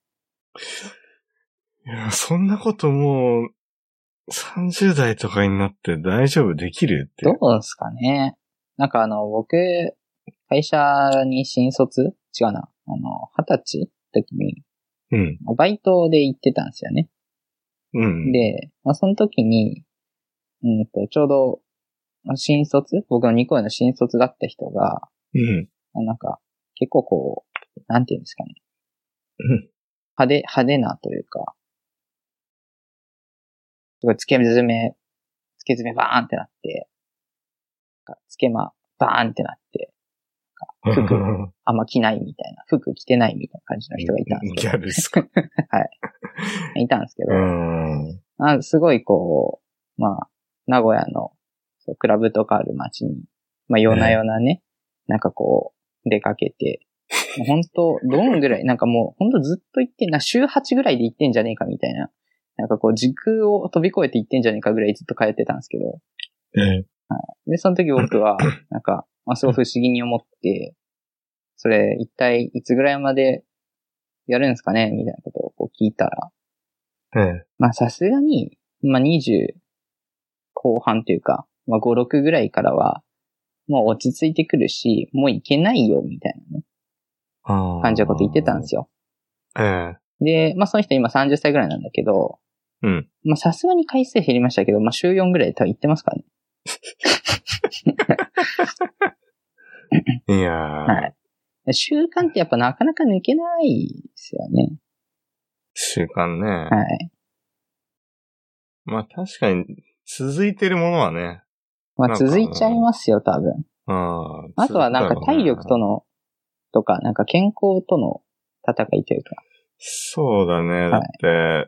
いや、そんなこともう、30代とかになって大丈夫できるって。 どうですかね。なんか僕、会社に新卒違うな。20歳の時に、 うん。 バイトで行ってたんですよね。 うん。 で、まあ、その時に、ちょうど、僕の2個上の新卒だった人が、 うん。 なんか、結構こう、なんていうんですかね。 うん。 派手なというか、すごい付け爪バーンってなって、付けま、バーンってなって、服あんま着ないみたいな、服着てないみたいな感じの人がいたんですけど。 ギャルですかはい。いたんですけど、すごいこう、まあ、名古屋のクラブとかある街に、まあ夜な夜なね、なんかこう、出かけて、本当どんぐらい、なんかもう本当ずっと行ってんな、週8ぐらいで行ってんじゃねえかみたいな。なんかこう時空を飛び越えて行ってんじゃねえかぐらいずっと通ってたんですけど。はい。で、その時僕は、なんか、すごい不思議に思って、それ一体いつぐらいまでやるんですかねみたいなことをこう聞いたら。まあさすがに、まあ20後半というか、まあ5、6ぐらいからは、もう落ち着いてくるし、もういけないよ、みたいなね。感じのこと言ってたんですよ。で、まあその人今30歳ぐらいなんだけど、 うん。 まあさすがに回数減りましたけど、まあ週4ぐらい多分行ってますからね。 いやー。 はい。習慣ってやっぱなかなか抜けないですよね。 習慣ね。 はい。 まあ確かに、続いてるものはね。 まあ続いちゃいますよ、多分。あとはなんか体力とか、なんか健康との戦いというか。 そうだね。だって、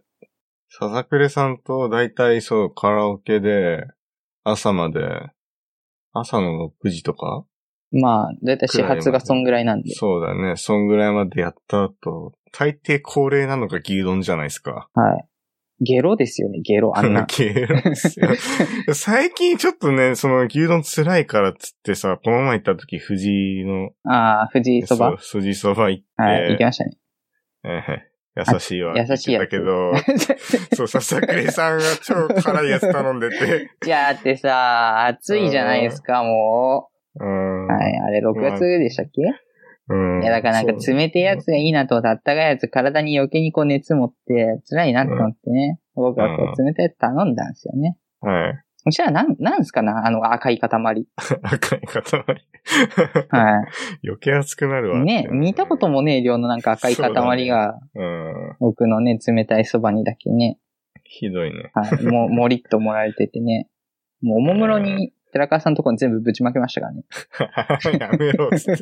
笹暮さんと大体そうカラオケで朝まで、朝の6時とかまあ、だいたい始発がそんぐらいなんで。 そうだね。そんぐらいまでやった後、大抵恒例なのが牛丼じゃないですか。 はい。ゲロですよね、ゲロ、あんな。 ゲロですよ。最近ちょっとね、その牛丼辛いからっつってさ、この前行った時、富士そば富士そば行って。 はい、行きましたね。 優しいわ。 優しいやつ。 だけど、そう、笹暮さんが超辛いやつ頼んでて。 いや、ってさ、暑いじゃないですか、もう。はい、あれ6月でしたっけ？いや、だからなんか冷てえやつがいいなと思って、あったかいやつ体に余計にこう熱持って辛いなと思ってね。僕はこう冷たいやつ頼んだんですよね。 はい。 そしたらなんすかな赤い塊。 赤い塊。 はい。 余計熱くなるわ。 ね、見たこともねえ量のなんか赤い塊が、僕のね、冷たいそばにだけね。 ひどいね。 はい。もりっと盛られててね。もうおもむろに、寺川さんのところに全部ぶちまけましたからね。 やめろっつって。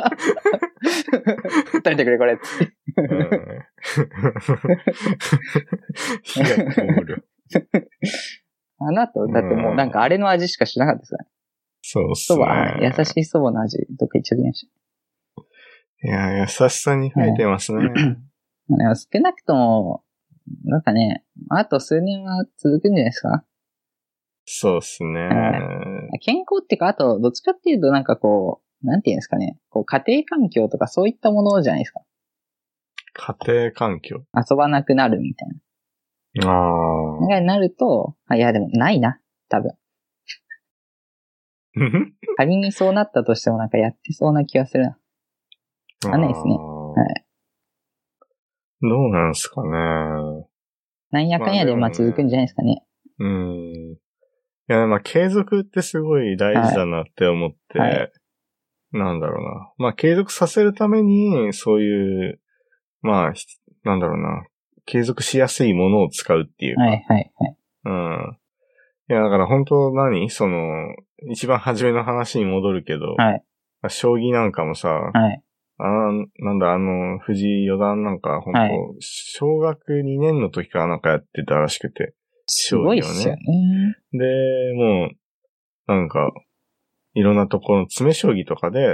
食べてくれ、これっつって。 火がこもる。 あの後、だってもうなんかあれの味しかしなかったですからね。 そうっすね。 優しいそばの味、どっか行っちゃいました。 いや、優しさに入ってますね。 少なくとも、なんかね、あと数年は続くんじゃないですか？ そうっすね。 健康っていうか、あと、どっちかっていうとなんかこう、なんていうんですかね、こう家庭環境とかそういったものじゃないですか。 家庭環境。 遊ばなくなるみたいな。なんかなると、いやでもないな、多分。仮にそうなったとしてもなんかやってそうな気がするな。わかんないですね。はい。 どうなんすかね。 なんやかんやで続くんじゃないですかね。 いや、継続ってすごい大事だなって思って、はい、なんだろうな。継続させるために、そういう、なんだろうな。継続しやすいものを使うっていうか。 はいはいはい。 いや、だから本当一番初めの話に戻るけど、はい。将棋なんかもさ、はい。藤井四段なんか、本当、はい、小学2年の時からなんかやってたらしくて。 すごいっすよね。 で、もう、なんか、いろんなところの詰将棋とかで、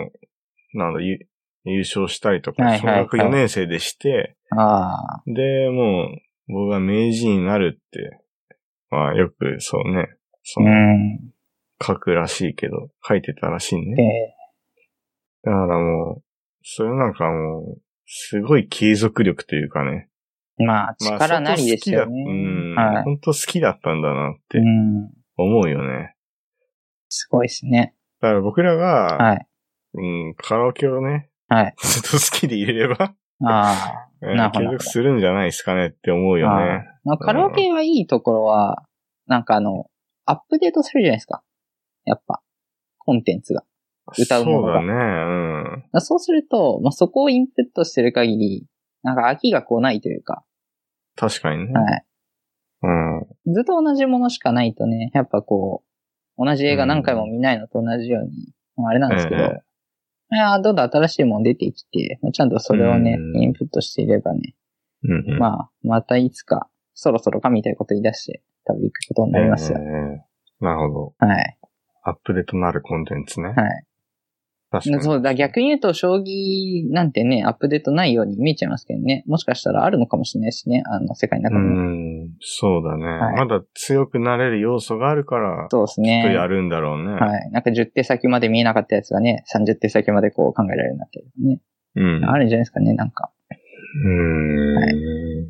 優勝したりとか、小学4年生でして、で、もう、僕が名人になるって、よくそうね、書くらしいけど、書いてたらしいね。だからもう、それなんかもう、すごい継続力というかね。 力なりですよね。 本当好きだったんだなって思うよね。 すごいですね。 だから僕らが、カラオケをね、ずっと好きでいれれば、継続するんじゃないですかねって思うよね。 カラオケはいいところは、なんかアップデートするじゃないですか。やっぱ、コンテンツが。歌うものが。 そうだね。 そうすると、そこをインプットしてる限り、なんか飽きがないというか。 確かにね。 はい。ずっと同じものしかないとね、やっぱ同じ映画何回も見ないのと同じように、あれなんですけど、どんどん新しいもの出てきて、ちゃんとそれをね、インプットしていればね、またいつか、そろそろかみたいなこと言い出して、多分行くことになりますよ。 なるほど。 はい。 アップデートなるコンテンツね。 はい。確かに。そうだ、逆に言うと、将棋なんてね、アップデートないように見えちゃいますけどね。もしかしたらあるのかもしれないしね、世界の中に。 そうだね、まだ強くなれる要素があるから、 そうですね。 きっとやるんだろうね。 はい。なんか10手先まで見えなかったやつがね、30手先まで考えられるようになってるね。あるんじゃないですかね、なんか。 はい。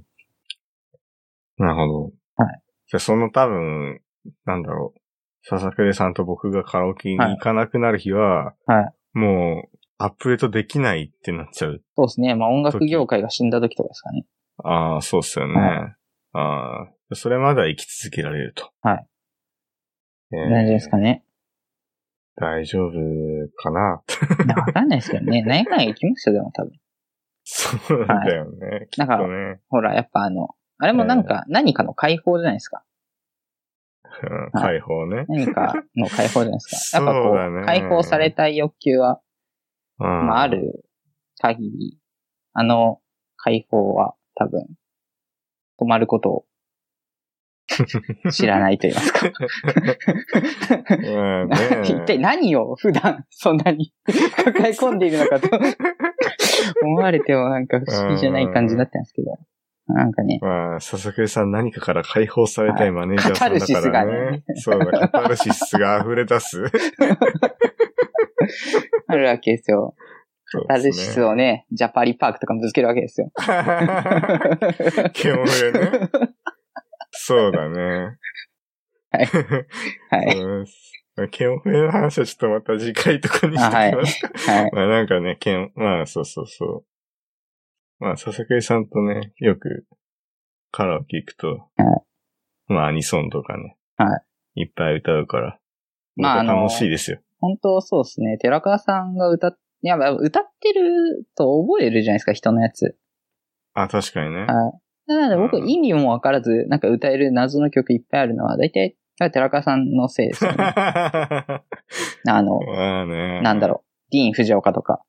なるほど。はい。じゃあ多分、なんだろう。笹倉さんと僕がカラオケに行かなくなる日は、もう、アップデートできないってなっちゃう。 そうですね。音楽業界が死んだ時とかですかね。 そうっすよね。それまでは生き続けられると。 はい。大丈夫ですかね。 大丈夫かなわかんないですけどね。何回行きますよ、でも多分。 そうだよね。きっとね。 ほら、やっぱあれもなんか、何かの解放じゃないですか。 解放ね。 何かの解放じゃないですか。やっぱ解放されたい欲求は、ある限り、解放は多分、止まることを知らないと言いますか。一体何を普段そんなに抱え込んでいるのかと思われてもなんか不思議じゃない感じだったんですけど。なんかね。 笹倉さん何かから解放されたいマネージャーさんだからね。そうだ、カタルシスが溢れ出す。 あるわけですよ。カタルシスをね、ジャパリパークとかもぶつけるわけですよ。 ケモフレね。そうだね。 はい。はい。ケモフレの話はちょっとまた次回とかにしてきますか。はい。なんかね、そうそうそう。笹倉さんとね、よくカラオケ行くと、アニソンとかね、いっぱい歌うから、楽しいですよ。 本当そうですね。寺川さんが歌ってると覚えるじゃないですか、人のやつ。 確かにね。 なので僕意味もわからず、なんか歌える謎の曲いっぱいあるのは、だいたい寺川さんのせいですよね。なんだろう、ディーン・フジオカとか。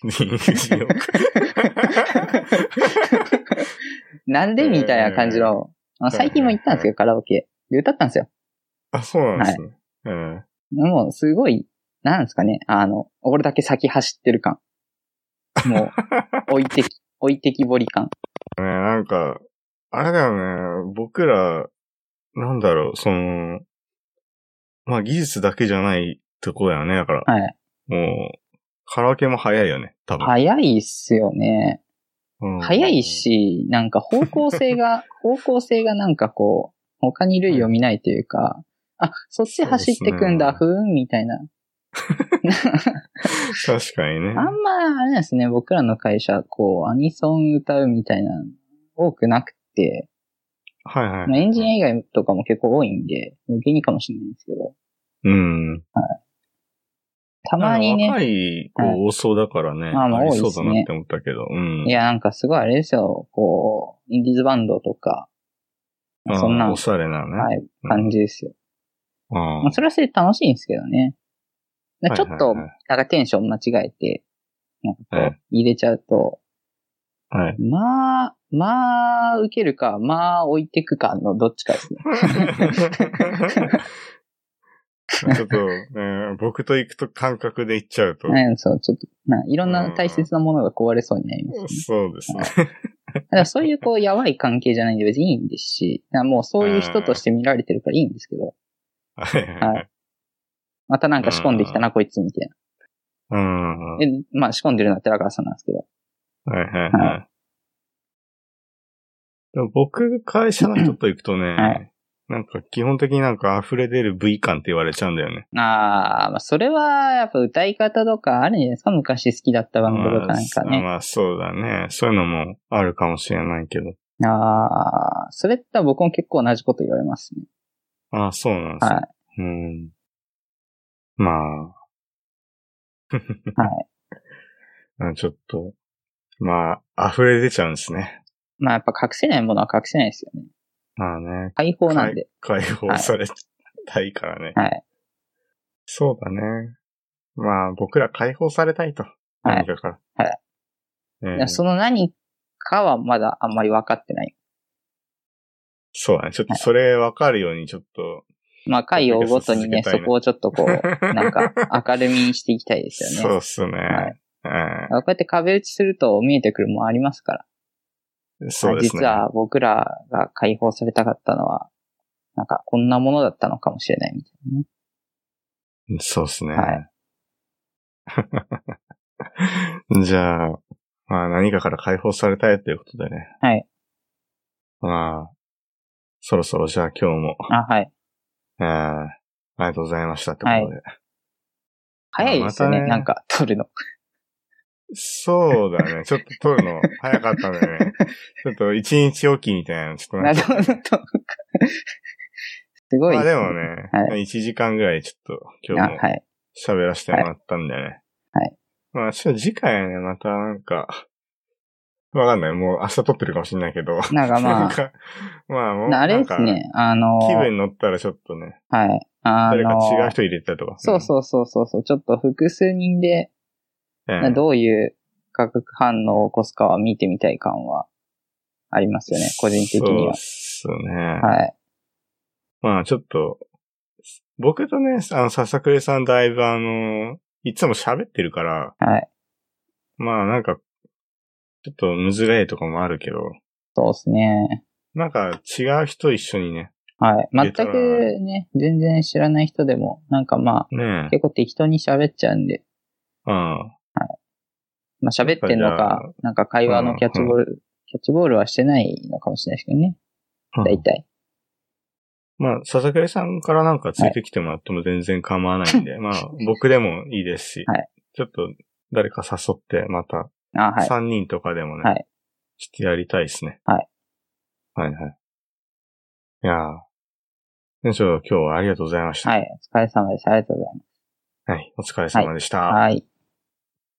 なんでみたいな感じの、最近も行ったんですよ、カラオケ。で、歌ったんですよ。 そうなんですね。 もう、すごい、なんですかね、俺だけ先走ってる感。もう、置いてきぼり感。 なんか、あれだよね、僕ら、なんだろう、技術だけじゃないとこだよね、だから。もう、カラオケも早いよね、多分。 早いっすよね。 早いし、なんか方向性がなんかこう、他に類を見ないというか、あ、そっち走ってくんだ、ふーん、みたいな。 確かにね。 あんま、あれなんですね、僕らの会社、こう、アニソン歌うみたいな、多くなくて、 はいはい、はい。 まあ、エンジニア以外とかも結構多いんで、余計にかもしれないんですけど。 うん。 はい。たまにね。 若い子多そうだからね。 まあ多いですね。 ありそうだなって思ったけど。うん。 いや、なんかすごいあれですよ、こう、インディーズバンドとか、そんな、 おしゃれなね。 はい、感じですよ。まあ、それはそれで楽しいんですけどね。ちょっと、なんかテンション間違えて、なんかこう、入れちゃうと、 はい。 まあ、受けるか、まあ、置いてくかのどっちかですね。 ちょっと、僕と行くと感覚で行っちゃうと。 そう、ちょっと、いろんな大切なものが壊れそうになります、ね。 そうですね。 だからそういうこう、やばい関係じゃないんで別にいいんですし、もうそういう人として見られてるからいいんですけど。はい。またなんか仕込んできたな、こいつ、みたいな。まあ仕込んでるのは寺川さんなんですけど。 はいはいはい。でも僕、会社の人と行くとね、はい、なんか基本的になんか溢れ出る V 感って言われちゃうんだよね。 まあそれはやっぱ歌い方とかあるんじゃないですか、昔好きだったバンドとかなんかね。 まあそうだね。そういうのもあるかもしれないけど。 それって僕も結構同じこと言われますね。 そうなんですよ。はい。まあ。はい。ちょっと、まあ、溢れ出ちゃうんですね。 まあやっぱ隠せないものは隠せないですよね。 まあね。 解放なんで。 解放されたいからね。 はい。 そうだね。まあ僕ら解放されたいと。何かから。 はい。その何かはまだあんまり分かってない。 そうだね。ちょっとそれ分かるようにちょっと。 まあ回を追うごとにね、そこをちょっとこう、なんか明るみにしていきたいですよね。 そうっすね。 はい。こうやって壁打ちすると見えてくるもんありますから。 そうですね。 実は僕らが解放されたかったのは、なんかこんなものだったのかもしれないみたいなね。そうですね。 はい。 じゃあ、まあ何かから解放されたいということでね。 はい。 まあ、そろそろじゃあ今日も。 はい。 ありがとうございましたってことで。はい、 早いですよね、なんか撮るの。 そうだね。ちょっと撮るの早かったんだよね。ちょっと一日おきみたいな、ちょっとなっちゃった。 なるほど。すごいですね。まあでもね、はい、1時間ぐらいちょっと今日も喋らせてもらったんだよね。 はい。 まあちょっと次回ね、またなんか、わかんない。もう明日撮ってるかもしれないけど。 なんかまあ。 まあもうあれですね、 気分乗ったらちょっとね。 はい。 誰か違う人入れたりとか。 そう。ちょっと複数人で、どういう化学反応を起こすかは見てみたい感はありますよね、個人的には。 そうですね。 はい。 まあちょっと、僕とね、笹倉さんだいぶいつも喋ってるから。 はい。 まあなんか、ちょっとむずらいとかもあるけど。 そうですね。 なんか違う人一緒にね。 はい。全くね、全然知らない人でも、なんかまあ、結構適当に喋っちゃうんで。はい。まあ喋ってんのか、なんか会話のキャッチボールはしてないのかもしれないですけどね。大体。 まあ、笹倉さんからなんかついてきてもらっても全然構わないんで、まあ、僕でもいいですし、ちょっと誰か誘ってまた、3人とかでもね、ちょっとやりたいですね。はい。いやー、今日はありがとうございました。 はい、お疲れ様です。ありがとうございます。 はい、お疲れ様でした。 はい。